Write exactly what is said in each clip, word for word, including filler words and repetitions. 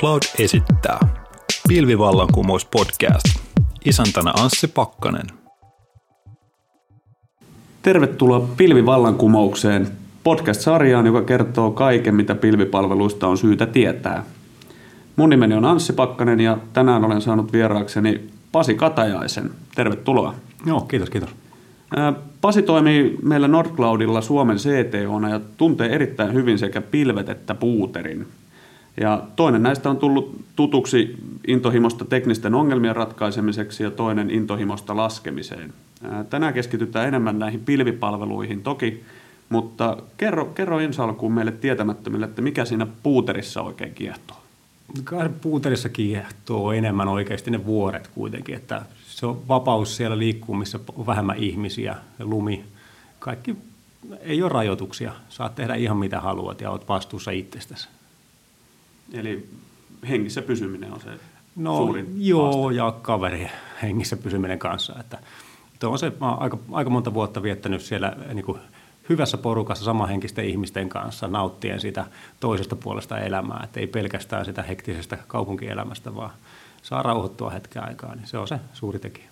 Nordcloud esittää Pilvivallankumous podcast. Isäntänä Anssi Pakkanen. Tervetuloa Pilvivallankumoukseen, podcast-sarjaan, joka kertoo kaiken, mitä pilvipalveluista on syytä tietää. Mun nimeni on Anssi Pakkanen ja tänään olen saanut vieraakseni Pasi Katajaisen. Tervetuloa. Joo, kiitos, kiitos. Pasi toimii meillä Nordcloudilla Suomen C T O:na ja tuntee erittäin hyvin sekä pilvet että puuterin. Ja toinen näistä on tullut tutuksi intohimosta teknisten ongelmien ratkaisemiseksi ja toinen intohimosta laskemiseen. Tänään keskitytään enemmän näihin pilvipalveluihin toki, mutta kerro, kerro ensi alkuun meille tietämättömille, että mikä siinä puuterissa oikein kiehtoo? Puuterissa kiehtoo enemmän oikeasti ne vuoret kuitenkin, että se on vapaus siellä liikkuu, missä on vähemmän ihmisiä ja lumi. Kaikki ei ole rajoituksia, saat tehdä ihan mitä haluat ja olet vastuussa itsestäsi. Eli hengissä pysyminen on se no, suurin joo, haaste. ja kaverien hengissä pysyminen kanssa. Että, että on se, mä oon aika, aika monta vuotta viettänyt siellä niin kuin hyvässä porukassa samanhenkisten ihmisten kanssa, nauttien sitä toisesta puolesta elämää. Että ei pelkästään sitä hektisestä kaupunkielämästä, vaan saa rauhoittua hetken aikaa, niin se on se suuri tekijä.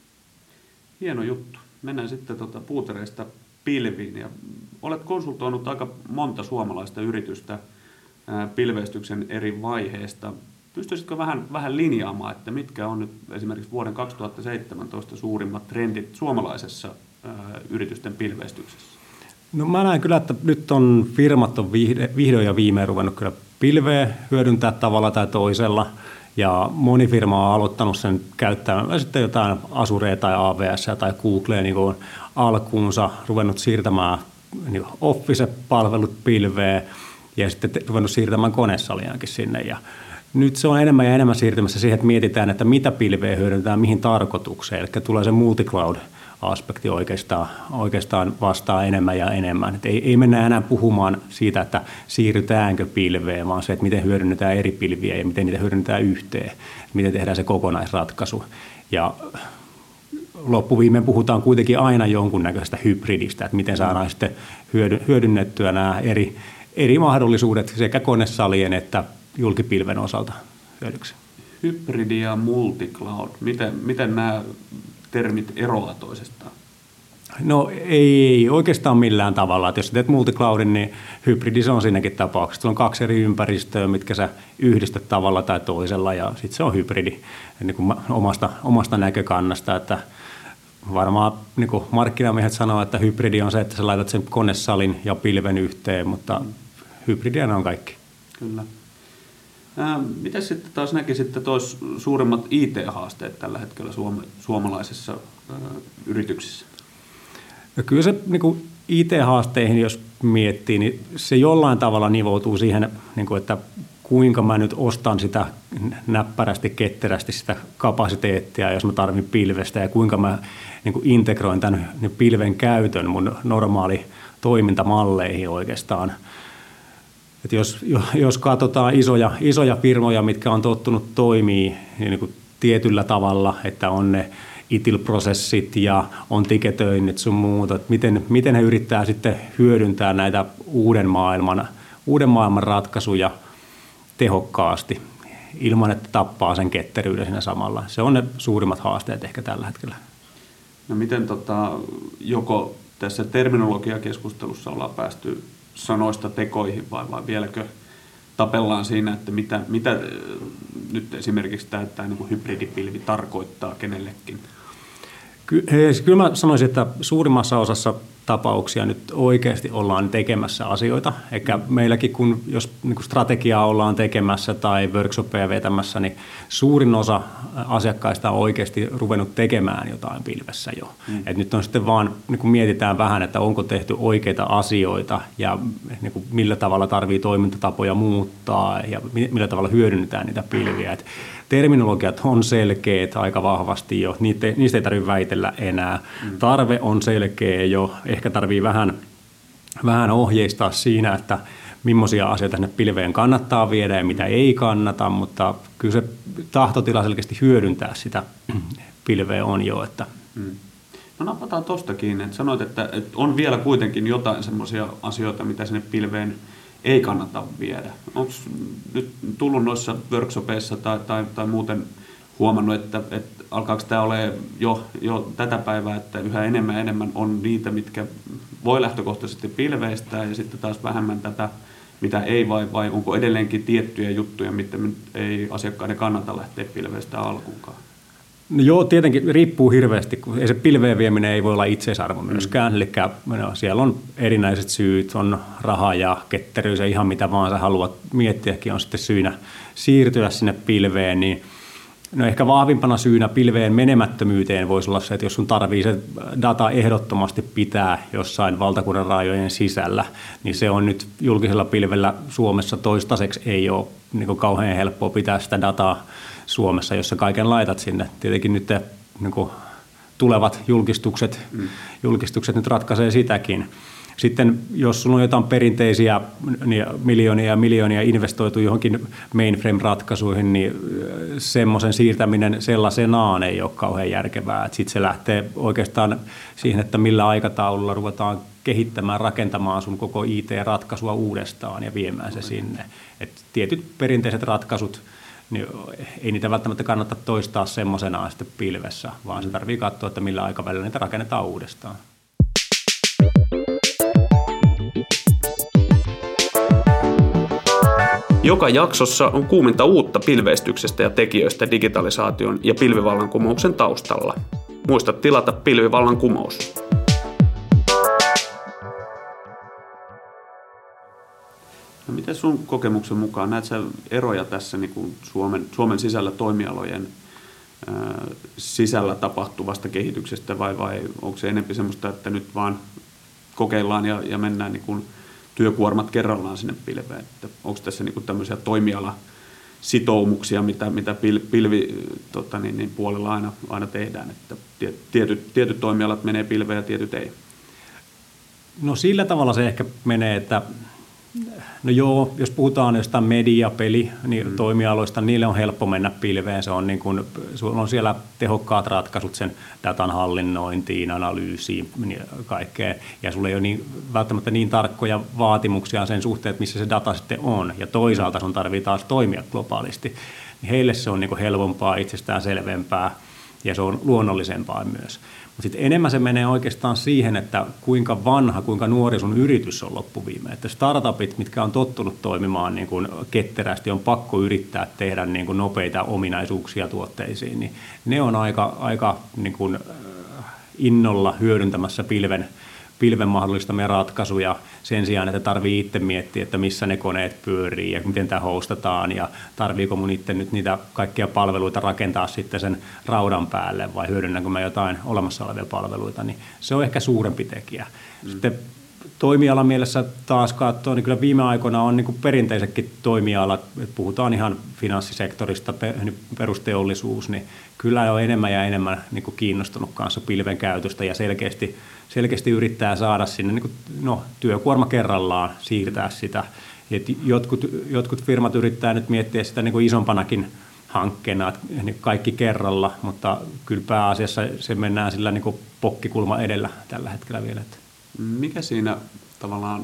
Hieno juttu. Mennään sitten tuota puutereista pilviin. Ja olet konsultoinut aika monta suomalaista yritystä pilveistyksen eri vaiheista. Pystyisitkö vähän, vähän linjaamaan, että mitkä on nyt esimerkiksi vuoden kaksituhattaseitsemäntoista suurimmat trendit suomalaisessa ää, yritysten pilveistyksessä? No mä näen kyllä, että nyt on firmat on vihdoin ja viimein ruvennut kyllä pilveä hyödyntää tavalla tai toisella. Ja moni firma on aloittanut sen käyttämään sitten jotain Azurea tai A W S tai Googlea niin kuin alkuunsa, ruvennut siirtämään niin kuin Office-palvelut pilveen ja sitten ruvennut siirtämään konesaliaankin sinne. Ja nyt se on enemmän ja enemmän siirtymässä siihen, että mietitään, että mitä pilveä hyödyntää, mihin tarkoitukseen. Eli tulee se multicloud-aspekti oikeastaan, oikeastaan vastaan enemmän ja enemmän. Et ei, ei mennä enää puhumaan siitä, että siirrytäänkö pilveen, vaan se, että miten hyödynnetään eri pilviä ja miten niitä hyödynnetään yhteen. Miten tehdään se kokonaisratkaisu. Ja loppuviimeen puhutaan kuitenkin aina jonkunnäköisestä hybridistä, että miten saadaan sitten hyödynnettyä nämä eri eri mahdollisuudet sekä konesalien että julkipilven osalta hyödyksi. Hybridi ja multicloud. Miten, miten nämä termit eroavat toisestaan? No ei oikeastaan millään tavalla. Että jos teet multicloudin, niin hybridi se on siinäkin tapauksessa. Sulla on kaksi eri ympäristöä, mitkä sä yhdistät tavalla tai toisella ja sitten se on hybridi niin kuin omasta, omasta näkökannasta. Että varmaan niin kuin markkinamiehet sanoo, että hybridi on se, että sä laitat sen konesalin ja pilven yhteen, mutta hybridiä ne on kaikki. Kyllä. Ää, miten sitten taas näkisitte tuossa suurimmat I T-haasteet tällä hetkellä suom- suomalaisissa ää, yrityksissä? No kyllä se niin kuin I T-haasteihin, jos miettii, niin se jollain tavalla nivoutuu siihen, niin kuin, että kuinka mä nyt ostan sitä näppärästi, ketterästi sitä kapasiteettia, jos mä tarvitsen pilvestä, ja kuinka mä niin kuin integroin tämän pilven käytön mun normaali toimintamalleihin oikeastaan. Et jos, jos katsotaan isoja, isoja firmoja, mitkä on tottunut toimii niin kuin tietyllä tavalla, että on ne I T I L-prosessit ja on tiketöinnit sun muuta, että miten, miten he yrittää sitten hyödyntää näitä uuden maailman, uuden maailman ratkaisuja tehokkaasti ilman, että tappaa sen ketteryyden siinä samalla. Se on ne suurimmat haasteet ehkä tällä hetkellä. No miten tota, joko tässä terminologiakeskustelussa ollaan päästy sanoista tekoihin vai, vai vieläkö tapellaan siinä, että mitä, mitä nyt esimerkiksi tämä, tämä niin kuin hybridipilvi tarkoittaa kenellekin? Ky- Kyllä mä sanoisin, että suurimmassa osassa tapauksia nyt oikeasti ollaan tekemässä asioita. Eikä meilläkin, kun jos niin kuin strategiaa ollaan tekemässä tai workshopeja vetämässä, niin suurin osa asiakkaista on oikeasti ruvennut tekemään jotain pilvessä jo. Mm. Et nyt on sitten vaan, niin kuin mietitään vähän, että onko tehty oikeita asioita ja niin kuin millä tavalla tarvii toimintatapoja muuttaa ja millä tavalla hyödynnetään niitä pilviä. Et terminologiat on selkeät aika vahvasti jo, niitä, niistä ei tarvitse väitellä enää. Mm. Tarve on selkeä jo, ehkä tarvii vähän, vähän ohjeistaa siinä, että millaisia asioita sinne pilveen kannattaa viedä ja mitä ei kannata, mutta kyllä se tahtotila selkeästi hyödyntää sitä pilveä on jo. Että. Mm. No napataan tuosta kiinni, että sanoit, että, että on vielä kuitenkin jotain semmoisia asioita, mitä sinne pilveen ei kannata viedä. Onko nyt tullut noissa workshopeissa tai, tai, tai muuten huomannut, että, että alkaako tämä olemaan jo, jo tätä päivää, että yhä enemmän ja enemmän on niitä, mitkä voi lähtökohtaisesti pilveistää ja sitten taas vähemmän tätä, mitä ei, vai, vai onko edelleenkin tiettyjä juttuja, mitä ei asiakkaiden kannata lähteä pilveistä alkuunkaan? No joo, tietenkin riippuu hirveästi, kun ei se pilveen vieminen ei voi olla itseisarvo myöskään. Mm. Eli no, siellä on erinäiset syyt, on raha ja ketteryys ja ihan mitä vaan sä haluat miettiäkin on sitten syynä siirtyä sinne pilveen, niin no ehkä vahvimpana syynä pilveen menemättömyyteen voisi olla se, että jos sun tarvii se data ehdottomasti pitää jossain valtakunnan rajojen sisällä, niin se on nyt julkisella pilvellä Suomessa toistaiseksi ei ole niin kuin kauhean helppoa pitää sitä dataa Suomessa, jossa kaiken laitat sinne. Tietenkin nyt niin kuin tulevat julkistukset, mm. julkistukset nyt ratkaisee sitäkin. Sitten jos sulla on jotain perinteisiä niin miljoonia ja miljoonia investoitu johonkin mainframe-ratkaisuihin, niin semmoisen siirtäminen sellaisenaan ei ole kauhean järkevää. Sitten se lähtee oikeastaan siihen, että millä aikataululla ruvetaan kehittämään, rakentamaan sun koko I T-ratkaisua uudestaan ja viemään se sinne. Et tietyt perinteiset ratkaisut, niin ei niitä välttämättä kannata toistaa semmoisenaan sitten pilvessä, vaan se tarvitsee katsoa, että millä aikavälillä niitä rakennetaan uudestaan. Joka jaksossa on kuuminta uutta pilveistyksestä ja tekijöistä digitalisaation ja pilvivallankumouksen taustalla. Muista tilata pilvivallankumous. No miten sun kokemuksen mukaan näet sä eroja tässä niin kuin Suomen, Suomen sisällä toimialojen ää, sisällä tapahtuvasta kehityksestä vai, vai onko se enemmän semmoista, että nyt vaan kokeillaan ja, ja mennään niin kuin työkuormat kerrallaan sinne pilveen, että onko tässä niin kuin tämmöisiä toimialasitoumuksia, mitä, mitä pil, pilvi tota niin, niin puolella aina, aina tehdään, että tietyt, tietyt toimialat menee pilveen ja tietyt ei? No sillä tavalla se ehkä menee, että no joo, jos puhutaan jostain media, peli, niin mm. toimialoista, niille on helppo mennä pilveen. Se on, niin kuin, sulla on siellä tehokkaat ratkaisut sen datan hallinnointiin, analyysiin ja kaikkea. Ja sulla ei ole niin, välttämättä niin tarkkoja vaatimuksia sen suhteen, että missä se data sitten on. Ja toisaalta sun tarvitsee taas toimia globaalisti. Niin heille se on niin kuin helpompaa, itsestään selvempää ja se on luonnollisempaa myös. Mutta sitten enemmän se menee oikeastaan siihen, että kuinka vanha, kuinka nuori sun yritys on loppuviime. Että startupit, mitkä on tottunut toimimaan niin kuin ketterästi, on pakko yrittää tehdä niin kuin nopeita ominaisuuksia tuotteisiin, niin ne on aika, aika niin kuin innolla hyödyntämässä pilven, pilven mahdollistamia ratkaisuja sen sijaan, että tarvii itse miettiä, että missä ne koneet pyörii ja miten tämä hostataan ja tarviiko mun itse nyt niitä kaikkia palveluita rakentaa sitten sen raudan päälle vai hyödynnänkö mä jotain olemassa olevia palveluita, niin se on ehkä suurempi tekijä. Mm. Sitten toimialan mielessä taas katsoo, niin kyllä viime aikoina on niin kuin perinteisetkin toimialat, että puhutaan ihan finanssisektorista, perusteollisuus, niin kyllä on enemmän ja enemmän niin kuin kiinnostunut kanssa pilven käytöstä ja selkeästi selkeästi yrittää saada sinne niin kuin, no, työkuorma kerrallaan, siirtää sitä. Et jotkut, jotkut firmat yrittää nyt miettiä sitä niin kuin isompanakin hankkeena, että niin kaikki kerralla, mutta kyllä pääasiassa se mennään sillä niin kuin pokkikulma edellä tällä hetkellä vielä. Mikä siinä tavallaan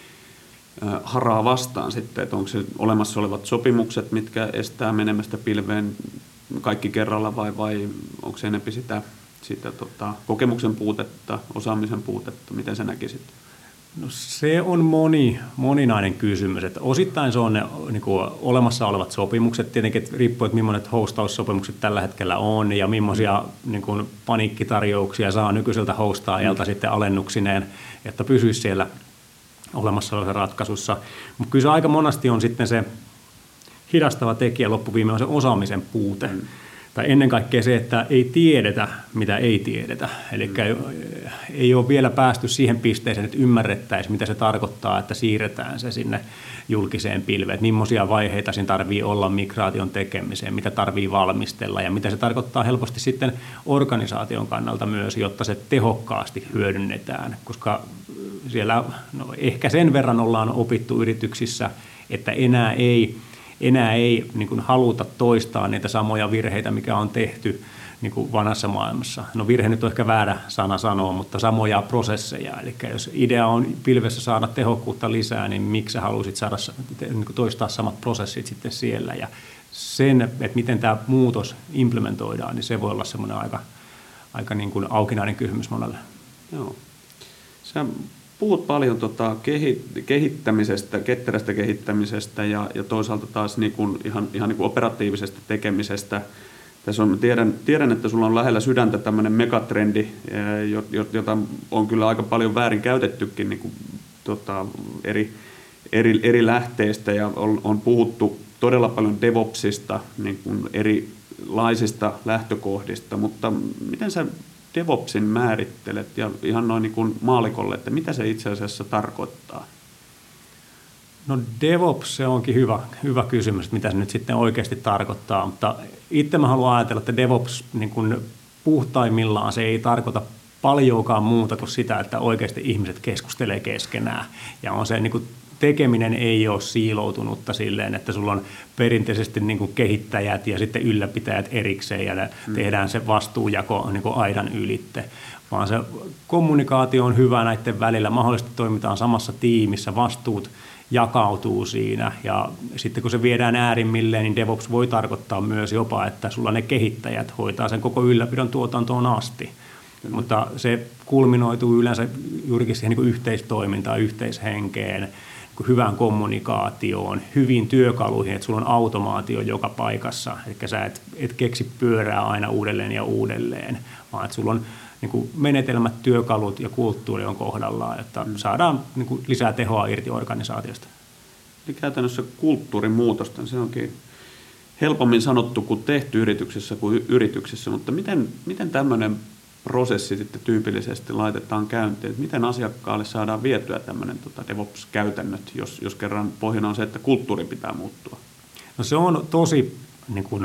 äh, haraa vastaan sitten, että onko se olemassa olevat sopimukset, mitkä estää menemästä pilveen kaikki kerralla vai, vai onko se enemmän sitä Sitä, tota, kokemuksen puutetta, osaamisen puutetta, miten sä näkisit? No se on moni, moninainen kysymys. Että osittain se on ne niin kuin olemassa olevat sopimukset. Tietenkin että riippuu, että millaiset hostaussopimukset tällä hetkellä on ja millaisia niin kuin paniikkitarjouksia saa nykyiseltä hostaajalta mm. sitten alennuksineen, että pysyisi siellä olemassa olevassa ratkaisussa. Mutta kyllä se aika monasti on sitten se hidastava tekijä loppuviimein on se osaamisen puute. Mm. Tai ennen kaikkea se, että ei tiedetä, mitä ei tiedetä. Eli mm. ei ole vielä päästy siihen pisteeseen, että ymmärrettäisiin, mitä se tarkoittaa, että siirretään se sinne julkiseen pilveen. Että millaisia vaiheita siinä tarvii olla migraation tekemiseen, mitä tarvii valmistella ja mitä se tarkoittaa helposti sitten organisaation kannalta myös, jotta se tehokkaasti hyödynnetään. Koska siellä no, ehkä sen verran ollaan opittu yrityksissä, että enää ei... Enää ei niin kuin haluta toistaa niitä samoja virheitä, mikä on tehty niin kuin vanhassa maailmassa. No virhe nyt on ehkä väärä sana sanoa, mutta samoja prosesseja. Eli jos idea on pilvessä saada tehokkuutta lisää, niin miksi sä haluaisit saada niin kuin toistaa samat prosessit sitten siellä. Ja sen, että miten tämä muutos implementoidaan, niin se voi olla semmoinen aika, aika niin kuin aukinainen kysymys monelle. Joo. Sä puhut paljon tota kehittämisestä, ketterästä kehittämisestä ja, ja toisaalta taas niin kuin ihan, ihan niin kuin operatiivisesta tekemisestä. Tässä on, tiedän, tiedän, että sulla on lähellä sydäntä tämmöinen megatrendi, jota on kyllä aika paljon väärin käytettykin niin kuin, tota, eri, eri, eri lähteistä ja on, on puhuttu todella paljon DevOpsista, niin kuin erilaisista lähtökohdista, mutta miten sä DevOpsin määrittelet ja ihan noin niin kuin maalikolle, että mitä se itse asiassa tarkoittaa? No DevOps, se onkin hyvä, hyvä kysymys, että mitä se nyt sitten oikeasti tarkoittaa, mutta itse mä haluan ajatella, että DevOps niin kuin puhtaimmillaan se ei tarkoita paljonkaan muuta kuin sitä, että oikeasti ihmiset keskustelee keskenään ja on se niin kuin tekeminen ei ole siiloutunutta silleen, että sulla on perinteisesti niin kuin kehittäjät ja sitten ylläpitäjät erikseen ja mm. tehdään se vastuujako niin kuin aidan ylitte, vaan se kommunikaatio on hyvä näiden välillä. Mahdollisesti toimitaan samassa tiimissä, vastuut jakautuu siinä ja sitten kun se viedään äärimmilleen, niin DevOps voi tarkoittaa myös jopa, että sulla ne kehittäjät hoitaa sen koko ylläpidon tuotantoon asti. Mm. Mutta se kulminoituu yleensä juurikin siihen niin kuin yhteistoimintaan, yhteishenkeen, hyvään kommunikaatioon, hyviin työkaluihin, että sulla on automaatio joka paikassa, eli sä et, et keksi pyörää aina uudelleen ja uudelleen, vaan että sulla on niin kuin menetelmät, työkalut ja kulttuuri on kohdallaan, että mm. saadaan niin kuin lisää tehoa irti organisaatiosta. Eli käytännössä kulttuurimuutosta, se onkin helpommin sanottu kuin tehty yrityksessä kuin yrityksissä, mutta miten, miten tämmöinen prosessi sitten tyypillisesti laitetaan käyntiin, että miten asiakkaalle saadaan vietyä tämmöinen tota DevOps-käytännöt, jos, jos kerran pohjana on se, että kulttuuri pitää muuttua? No se on tosi, niin kuin,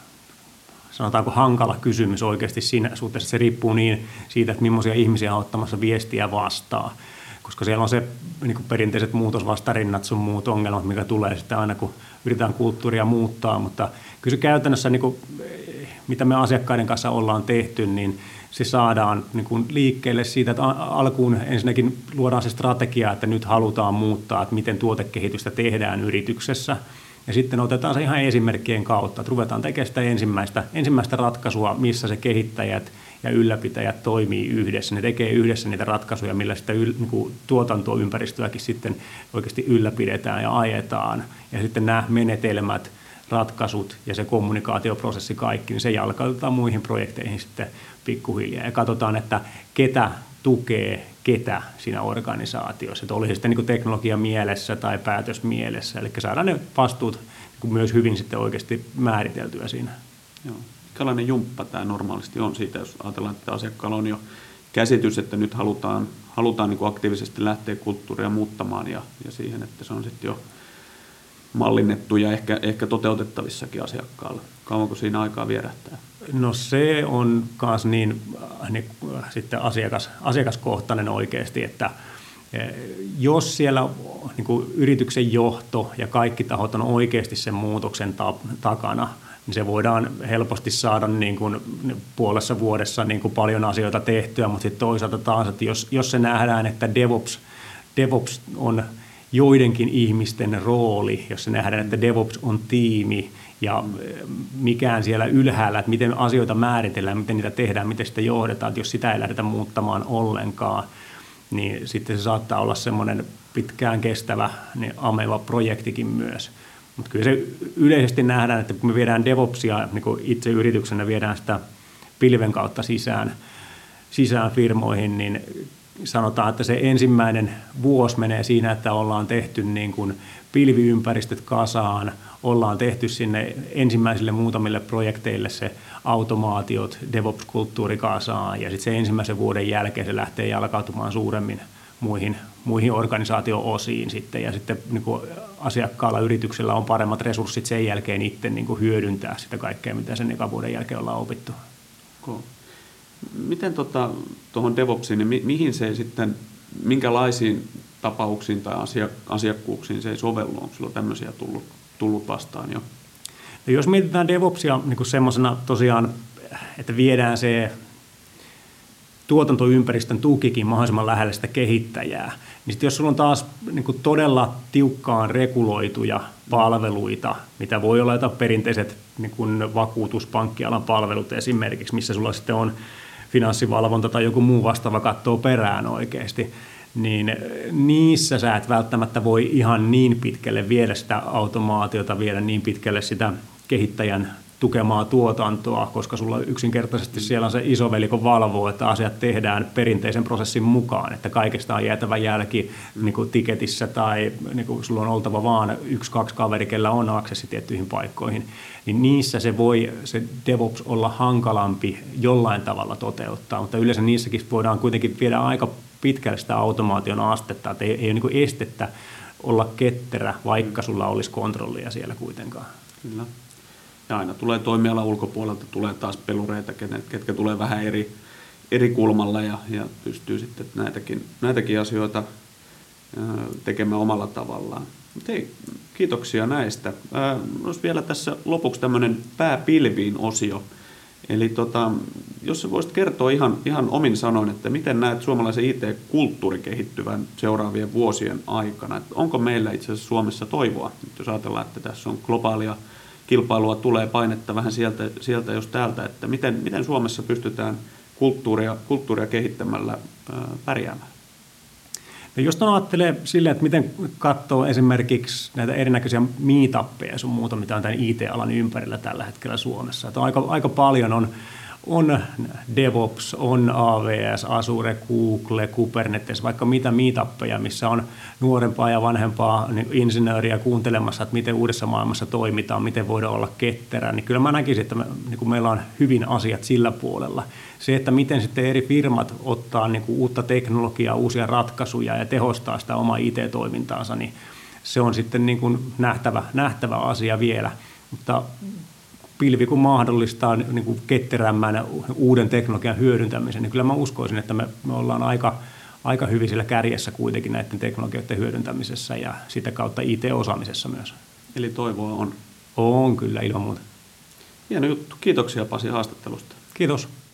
sanotaanko hankala kysymys oikeasti siinä suhteessa, se riippuu niin siitä, että millaisia ihmisiä on ottamassa viestiä vastaan, koska siellä on se niin kuin perinteiset muutosvastarinnat, sun muut ongelmat, mikä tulee sitten aina, kun yritetään kulttuuria muuttaa, mutta kyllä se käytännössä, niin kuin, mitä me asiakkaiden kanssa ollaan tehty, niin se saadaan niin kuin liikkeelle siitä, että alkuun ensinnäkin luodaan se strategia, että nyt halutaan muuttaa, että miten tuotekehitystä tehdään yrityksessä. Ja sitten otetaan se ihan esimerkkien kautta, että ruvetaan tekemään sitä ensimmäistä, ensimmäistä ratkaisua, missä se kehittäjät ja ylläpitäjät toimii yhdessä. Ne tekee yhdessä niitä ratkaisuja, millä sitä yl, niin kuin tuotantoympäristöäkin sitten oikeasti ylläpidetään ja ajetaan. Ja sitten nämä menetelmät, ratkaisut ja se kommunikaatioprosessi kaikki, niin se jalkautetaan muihin projekteihin sitten pikkuhiljaa. Ja katsotaan, että ketä tukee ketä siinä organisaatiossa. Että oli se sitten niin kuin teknologia mielessä tai päätös mielessä. Eli saadaan ne vastuut niin kuin myös hyvin sitten oikeasti määriteltyä siinä. Joo. Mikälainen jumppa tämä normaalisti on siitä, jos ajatellaan, että asiakkaalla on jo käsitys, että nyt halutaan, halutaan niin kuin aktiivisesti lähteä kulttuuria muuttamaan ja, ja siihen, että se on sitten jo mallinnettu ja ehkä, ehkä toteutettavissakin asiakkaalla. Kauanko siinä aikaa vierähtää? No se on myös niin, niin sitten asiakas, asiakaskohtainen oikeasti, että jos siellä niin kuin yrityksen johto ja kaikki tahot on oikeasti sen muutoksen ta- takana, niin se voidaan helposti saada niin kuin puolessa vuodessa niin kuin paljon asioita tehtyä, mutta sitten toisaalta taas, että jos, jos se nähdään, että DevOps, DevOps on joidenkin ihmisten rooli, jos se nähdään, että DevOps on tiimi ja mikään siellä ylhäällä, että miten asioita määritellään, miten niitä tehdään, miten sitä johdetaan, että jos sitä ei lähdetä muuttamaan ollenkaan, niin sitten se saattaa olla semmoinen pitkään kestävä niin ameva projektikin myös. Mutta kyllä se yleisesti nähdään, että kun me viedään DevOpsia niin kun itse yrityksenä viedään sitä pilven kautta sisään, sisään firmoihin, niin sanotaan, että se ensimmäinen vuosi menee siinä, että ollaan tehty niin kuin pilviympäristöt kasaan, ollaan tehty sinne ensimmäisille muutamille projekteille se automaatiot, DevOps-kulttuuri kasaan, ja sitten se ensimmäisen vuoden jälkeen se lähtee jalkautumaan suuremmin muihin, muihin organisaatio-osiin sitten, ja sitten niin kuin asiakkaalla yrityksellä on paremmat resurssit sen jälkeen itse niin kuin hyödyntää sitä kaikkea, mitä sen ekan vuoden jälkeen ollaan opittu. Cool. Miten tuohon tota, DevOpsiin, niin mi, mihin se sitten, minkälaisiin tapauksiin tai asia, asiakkuuksiin se ei sovellu? Onko sinulla tämmöisiä tullut, tullut vastaan jo? No jos mietitään DevOpsia niin kuin semmoisena tosiaan että viedään se tuotantoympäristön tukikin mahdollisimman lähelle sitä kehittäjää. Niin sit jos sulla on taas niin kuin todella tiukkaan reguloituja palveluita, mitä voi olla jotain perinteiset niin kuin vakuutuspankkialan palvelut esimerkiksi, missä sulla sitten on finanssivalvonta tai joku muu vastaava kattoo perään oikeasti, niin niissä sä et välttämättä voi ihan niin pitkälle viedä sitä automaatiota, viedä niin pitkälle sitä kehittäjän tukemaa tuotantoa, koska sulla yksinkertaisesti siellä on se isoveli, kun valvoo, että asiat tehdään perinteisen prosessin mukaan, että kaikesta on jäätävä jälki niin kuin tiketissä tai niin kuin sulla on oltava vaan yksi, kaksi kaveri, kellä on aksessi tiettyihin paikkoihin, niin niissä se voi se DevOps olla hankalampi jollain tavalla toteuttaa, mutta yleensä niissäkin voidaan kuitenkin viedä aika pitkälle sitä automaation astetta, että ei, ei ole niin kuin estettä olla ketterä, vaikka sulla olisi kontrollia siellä kuitenkaan. Kyllä. Ja aina tulee toimialan ulkopuolelta, tulee taas pelureita, ketkä tulee vähän eri, eri kulmalla ja, ja pystyy sitten näitäkin, näitäkin asioita tekemään omalla tavallaan. Hei, kiitoksia näistä. Olisi vielä tässä lopuksi tämmöinen pääpilviin osio. Eli tota, jos sä voisit kertoa ihan, ihan omin sanoin, että miten näet suomalaisen I T-kulttuuri kehittyvän seuraavien vuosien aikana? Että onko meillä itse asiassa Suomessa toivoa, jos ajatellaan, että tässä on globaalia kilpailua, tulee painetta vähän sieltä, sieltä jos täältä, että miten, miten Suomessa pystytään kulttuuria, kulttuuria kehittämällä ää, pärjäämään? No jos ajattelee silleen, että miten katsoo esimerkiksi näitä erinäköisiä meetappeja ja sun muuta, mitä on tämän I T-alan ympärillä tällä hetkellä Suomessa. Että aika, aika paljon on, on DevOps, on A W S, Azure, Google, Kubernetes, vaikka mitä meetappeja, missä on nuorempaa ja vanhempaa niin insinööriä kuuntelemassa, että miten uudessa maailmassa toimitaan, miten voidaan olla ketterä. Niin kyllä mä näkisin, että me, niin kuin meillä on hyvin asiat sillä puolella. Se, että miten sitten eri firmat ottaa niin kuin uutta teknologiaa, uusia ratkaisuja ja tehostaa sitä omaa I T-toimintaansa, niin se on sitten niin kuin nähtävä, nähtävä asia vielä. Mutta pilvi kun mahdollistaa niin kuin ketterämmän uuden teknologian hyödyntämisen, niin kyllä mä uskoisin, että me, me ollaan aika, aika hyvin siellä kärjessä kuitenkin näiden teknologioiden hyödyntämisessä ja sitä kautta I T-osaamisessa myös. Eli toivoa on. On kyllä ilman muuta. Hieno juttu. Kiitoksia Pasi haastattelusta. Kiitos.